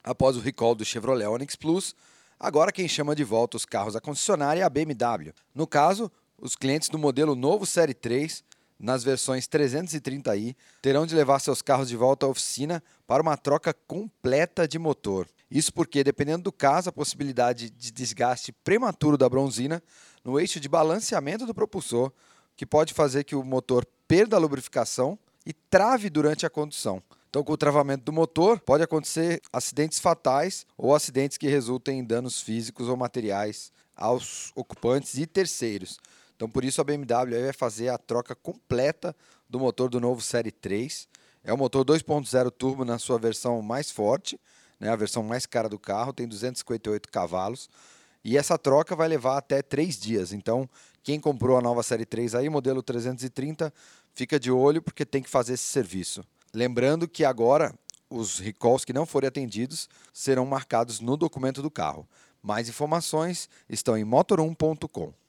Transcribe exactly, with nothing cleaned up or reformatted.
Após o recall do Chevrolet Onix Plus, agora quem chama de volta os carros à concessionária é a B M W. No caso, os clientes do modelo novo Série três, nas versões trezentos e trinta i, terão de levar seus carros de volta à oficina para uma troca completa de motor. Isso porque, dependendo do caso, a possibilidade de desgaste prematuro da bronzina no eixo de balanceamento do propulsor, que pode fazer que o motor perda a lubrificação e trave durante a condução. Então, com o travamento do motor, pode acontecer acidentes fatais ou acidentes que resultem em danos físicos ou materiais aos ocupantes e terceiros. Então, por isso, a B M W vai fazer a troca completa do motor do novo Série três. É o motor dois ponto zero turbo na sua versão mais forte, né, a versão mais cara do carro, tem duzentos e cinquenta e oito cavalos. E essa troca vai levar até três dias. Então, quem comprou a nova Série três aí, modelo trezentos e trinta, fica de olho porque tem que fazer esse serviço. Lembrando que agora os recalls que não forem atendidos serão marcados no documento do carro. Mais informações estão em motor um ponto com.